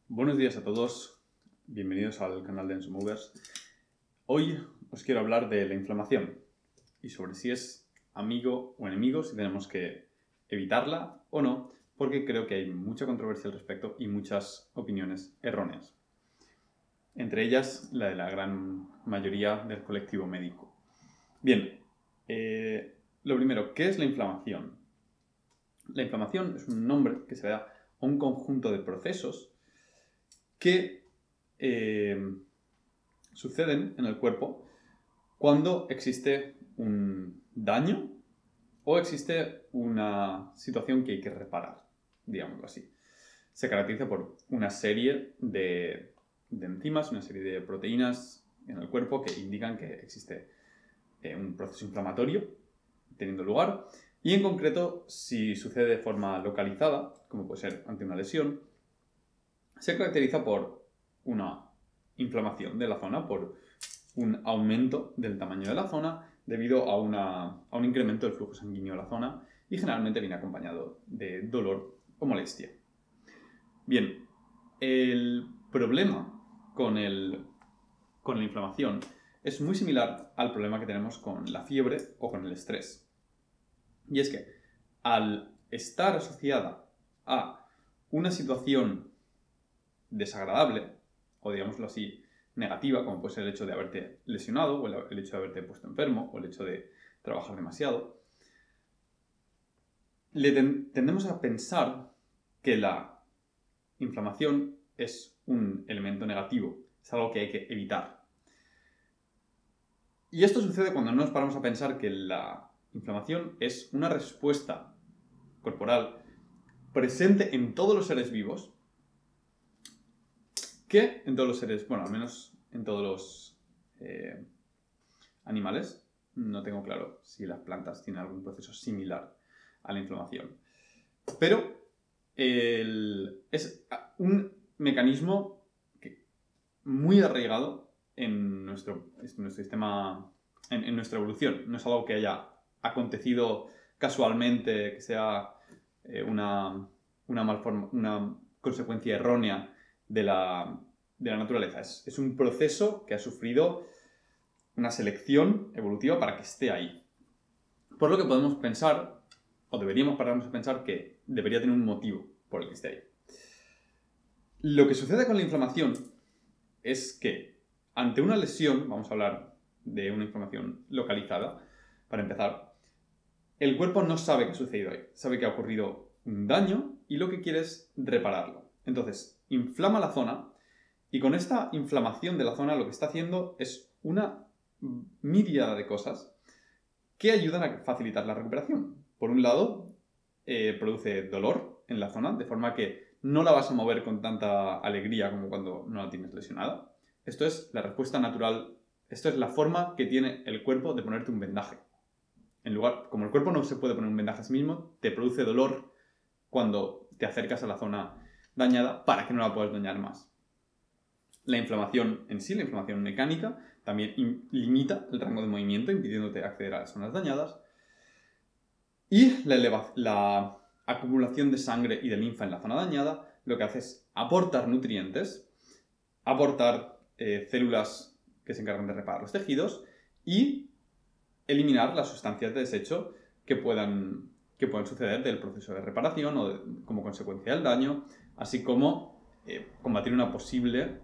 Buenos días a todos, bienvenidos al canal de Enso Movers. Hoy os quiero hablar de la inflamación y sobre si es amigo o enemigo, si tenemos que evitarla o no, porque creo que hay mucha controversia al respecto y muchas opiniones erróneas. Entre ellas, la de la gran mayoría del colectivo médico. Bien, lo primero, ¿qué es la inflamación? La inflamación es un nombre que se da a un conjunto de procesos que suceden en el cuerpo cuando existe un daño o existe una situación que hay que reparar, digámoslo así. Se caracteriza por una serie de enzimas, una serie de proteínas en el cuerpo que indican que existe un proceso inflamatorio teniendo lugar, y en concreto, si sucede de forma localizada, como puede ser ante una lesión, se caracteriza por una inflamación de la zona, por un aumento del tamaño de la zona debido a un incremento del flujo sanguíneo de la zona, y generalmente viene acompañado de dolor o molestia. Bien, el problema con la inflamación es muy similar al problema que tenemos con la fiebre o con el estrés. Y es que al estar asociada a una situación desagradable, o digámoslo así, negativa, como puede ser el hecho de haberte lesionado, o el hecho de haberte puesto enfermo, o el hecho de trabajar demasiado, tendemos a pensar que la inflamación es un elemento negativo, es algo que hay que evitar. Y esto sucede cuando no nos paramos a pensar que la inflamación es una respuesta corporal presente en todos los seres vivos, que en todos los seres, bueno, al menos en todos los animales, no tengo claro si las plantas tienen algún proceso similar a la inflamación. Pero es un mecanismo muy arraigado en nuestro sistema, en nuestra evolución. No es algo que haya acontecido casualmente, que sea una consecuencia errónea de la naturaleza. Es un proceso que ha sufrido una selección evolutiva para que esté ahí. Por lo que podemos pensar, o deberíamos pararnos a pensar, que debería tener un motivo por el que esté ahí. Lo que sucede con la inflamación es que ante una lesión, vamos a hablar de una inflamación localizada, para empezar, el cuerpo no sabe qué ha sucedido ahí. Sabe que ha ocurrido un daño y lo que quiere es repararlo. Entonces, inflama la zona y con esta inflamación de la zona lo que está haciendo es una miríada de cosas que ayudan a facilitar la recuperación. Por un lado, produce dolor en la zona, de forma que no la vas a mover con tanta alegría como cuando no la tienes lesionada. Esto es la respuesta natural, esto es la forma que tiene el cuerpo de ponerte un vendaje. Como el cuerpo no se puede poner un vendaje a sí mismo, te produce dolor cuando te acercas a la zona dañada para que no la puedas dañar más. La inflamación en sí, la inflamación mecánica, también limita el rango de movimiento, impidiéndote acceder a las zonas dañadas. Y la acumulación de sangre y de linfa en la zona dañada lo que hace es aportar nutrientes, aportar células que se encargan de reparar los tejidos y eliminar las sustancias de desecho que puedan suceder del proceso de reparación o como consecuencia del daño, así como combatir una posible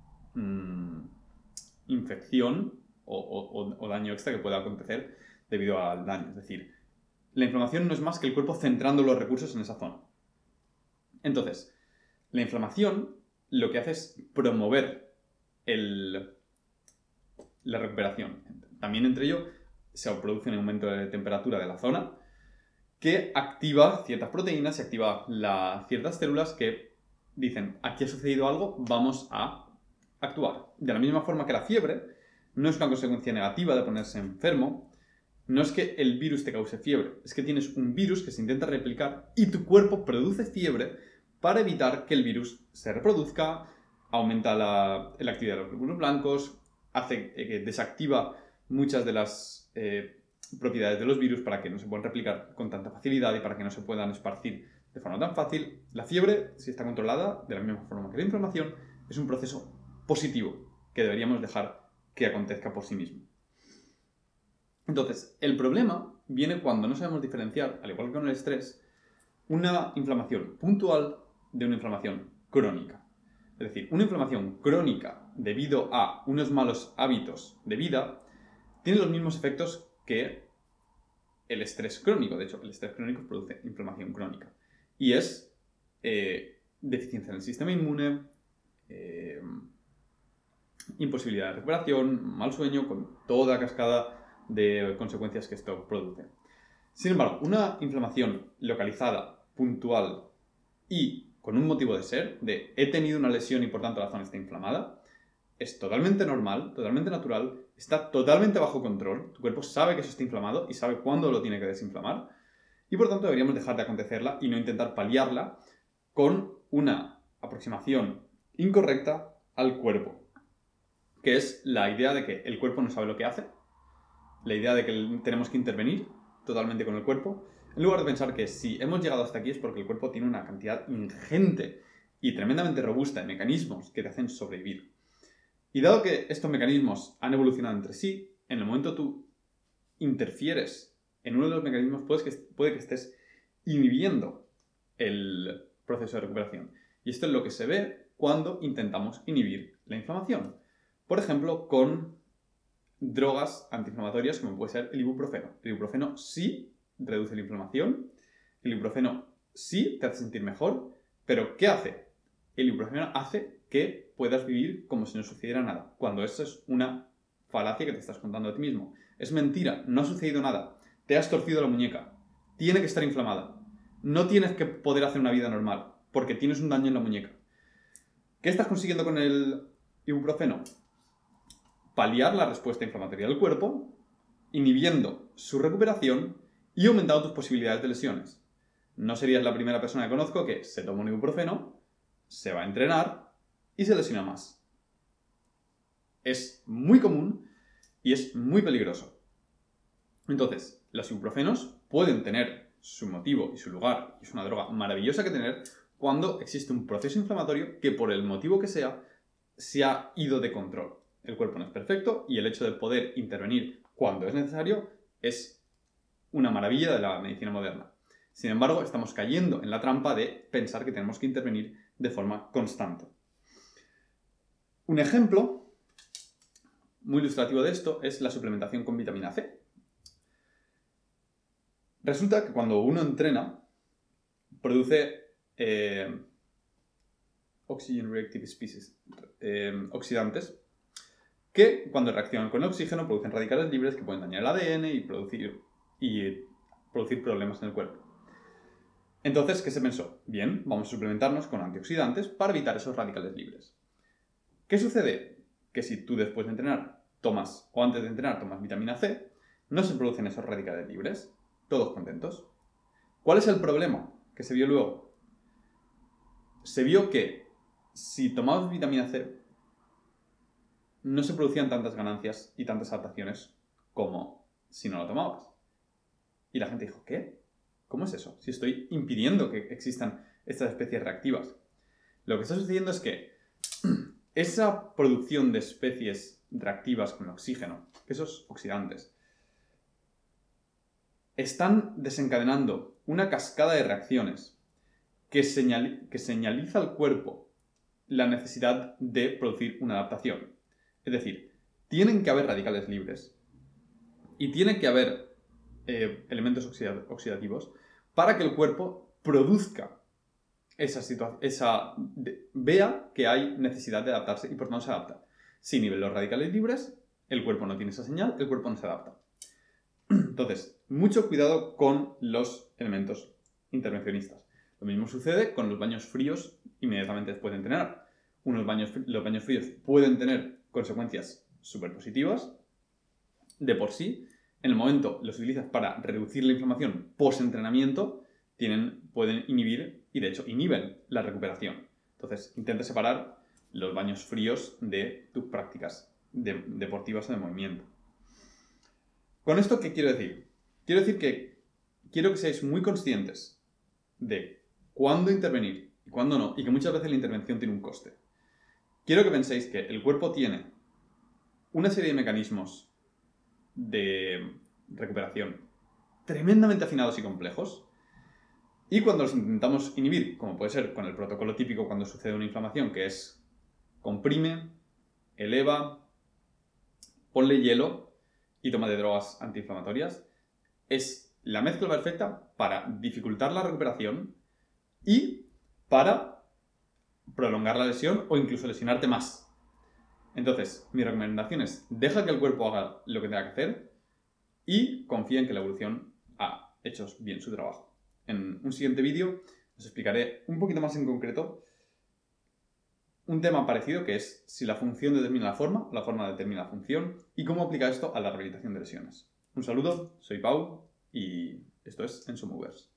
infección o daño extra que pueda acontecer debido al daño. Es decir, la inflamación no es más que el cuerpo centrando los recursos en esa zona. Entonces, la inflamación lo que hace es promover la recuperación. También entre ello se produce un aumento de temperatura de la zona que activa ciertas proteínas y activa ciertas células que dicen, aquí ha sucedido algo, vamos a actuar. De la misma forma que la fiebre no es una consecuencia negativa de ponerse enfermo, no es que el virus te cause fiebre, es que tienes un virus que se intenta replicar y tu cuerpo produce fiebre para evitar que el virus se reproduzca, aumenta la actividad de los glóbulos blancos, hace que desactiva muchas de las propiedades de los virus para que no se puedan replicar con tanta facilidad y para que no se puedan esparcir de forma tan fácil, la fiebre, si está controlada de la misma forma que la inflamación, es un proceso positivo que deberíamos dejar que acontezca por sí mismo. Entonces, el problema viene cuando no sabemos diferenciar, al igual que con el estrés, una inflamación puntual de una inflamación crónica. Es decir, una inflamación crónica debido a unos malos hábitos de vida tiene los mismos efectos que el estrés crónico. De hecho, el estrés crónico produce inflamación crónica. Y es deficiencia en el sistema inmune, imposibilidad de recuperación, mal sueño, con toda cascada de consecuencias que esto produce. Sin embargo, una inflamación localizada, puntual y con un motivo de ser, de he tenido una lesión y por tanto la zona está inflamada, es totalmente normal, totalmente natural, está totalmente bajo control, tu cuerpo sabe que eso está inflamado y sabe cuándo lo tiene que desinflamar y por tanto deberíamos dejar de acontecerla y no intentar paliarla con una aproximación incorrecta al cuerpo, que es la idea de que el cuerpo no sabe lo que hace, la idea de que tenemos que intervenir totalmente con el cuerpo, en lugar de pensar que si hemos llegado hasta aquí es porque el cuerpo tiene una cantidad ingente y tremendamente robusta de mecanismos que te hacen sobrevivir. Y dado que estos mecanismos han evolucionado entre sí, en el momento tú interfieres en uno de los mecanismos, puede que estés inhibiendo el proceso de recuperación. Y esto es lo que se ve cuando intentamos inhibir la inflamación. Por ejemplo, con drogas antiinflamatorias como puede ser el ibuprofeno. El ibuprofeno sí reduce la inflamación, el ibuprofeno sí te hace sentir mejor, pero ¿qué hace? El ibuprofeno hace que puedas vivir como si no sucediera nada, cuando eso es una falacia que te estás contando a ti mismo. Es mentira, no ha sucedido nada, te has torcido la muñeca, tiene que estar inflamada, no tienes que poder hacer una vida normal, porque tienes un daño en la muñeca. ¿Qué estás consiguiendo con el ibuprofeno? Paliar la respuesta inflamatoria del cuerpo, inhibiendo su recuperación y aumentando tus posibilidades de lesiones. No serías la primera persona que conozco que se toma un ibuprofeno, se va a entrenar y se lesiona más. Es muy común y es muy peligroso. Entonces, los ibuprofenos pueden tener su motivo y su lugar, y es una droga maravillosa que tener cuando existe un proceso inflamatorio que por el motivo que sea se ha ido de control. El cuerpo no es perfecto y el hecho de poder intervenir cuando es necesario es una maravilla de la medicina moderna. Sin embargo, estamos cayendo en la trampa de pensar que tenemos que intervenir de forma constante. Un ejemplo muy ilustrativo de esto es la suplementación con vitamina C. Resulta que cuando uno entrena, produce oxygen reactive species, oxidantes, que cuando reaccionan con el oxígeno producen radicales libres que pueden dañar el ADN y producir problemas en el cuerpo. Entonces, ¿qué se pensó? Bien, vamos a suplementarnos con antioxidantes para evitar esos radicales libres. ¿Qué sucede? Que si tú después de entrenar tomas, o antes de entrenar tomas vitamina C, no se producen esos radicales libres. Todos contentos. ¿Cuál es el problema que se vio luego? Se vio que si tomabas vitamina C, no se producían tantas ganancias y tantas adaptaciones como si no lo tomabas. Y la gente dijo, ¿qué? ¿Cómo es eso? Si estoy impidiendo que existan estas especies reactivas. Lo que está sucediendo es que esa producción de especies reactivas con el oxígeno, esos oxidantes, están desencadenando una cascada de reacciones que señaliza al cuerpo la necesidad de producir una adaptación. Es decir, tienen que haber radicales libres y tiene que haber elementos oxidativos para que el cuerpo produzca vea que hay necesidad de adaptarse y por tanto se adapta. Si inhiben los radicales libres, el cuerpo no tiene esa señal, el cuerpo no se adapta. Entonces, mucho cuidado con los elementos intervencionistas. Lo mismo sucede con los baños fríos inmediatamente después de entrenar. Los baños fríos pueden tener consecuencias súper positivas de por sí. En el momento los utilizas para reducir la inflamación post-entrenamiento, pueden inhibir y de hecho inhiben la recuperación. Entonces, intenta separar los baños fríos de tus prácticas deportivas o de movimiento. ¿Con esto qué quiero decir? Quiero decir que quiero que seáis muy conscientes de cuándo intervenir y cuándo no, y que muchas veces la intervención tiene un coste. Quiero que penséis que el cuerpo tiene una serie de mecanismos de recuperación tremendamente afinados y complejos, y cuando los intentamos inhibir, como puede ser con el protocolo típico cuando sucede una inflamación, que es comprime, eleva, ponle hielo y toma de drogas antiinflamatorias, es la mezcla perfecta para dificultar la recuperación y para prolongar la lesión o incluso lesionarte más. Entonces, mi recomendación es, deja que el cuerpo haga lo que tenga que hacer y confía en que la evolución ha hecho bien su trabajo. En un siguiente vídeo os explicaré un poquito más en concreto un tema parecido, que es si la función determina la forma determina la función, y cómo aplica esto a la rehabilitación de lesiones. Un saludo, soy Pau y esto es Enso Movers.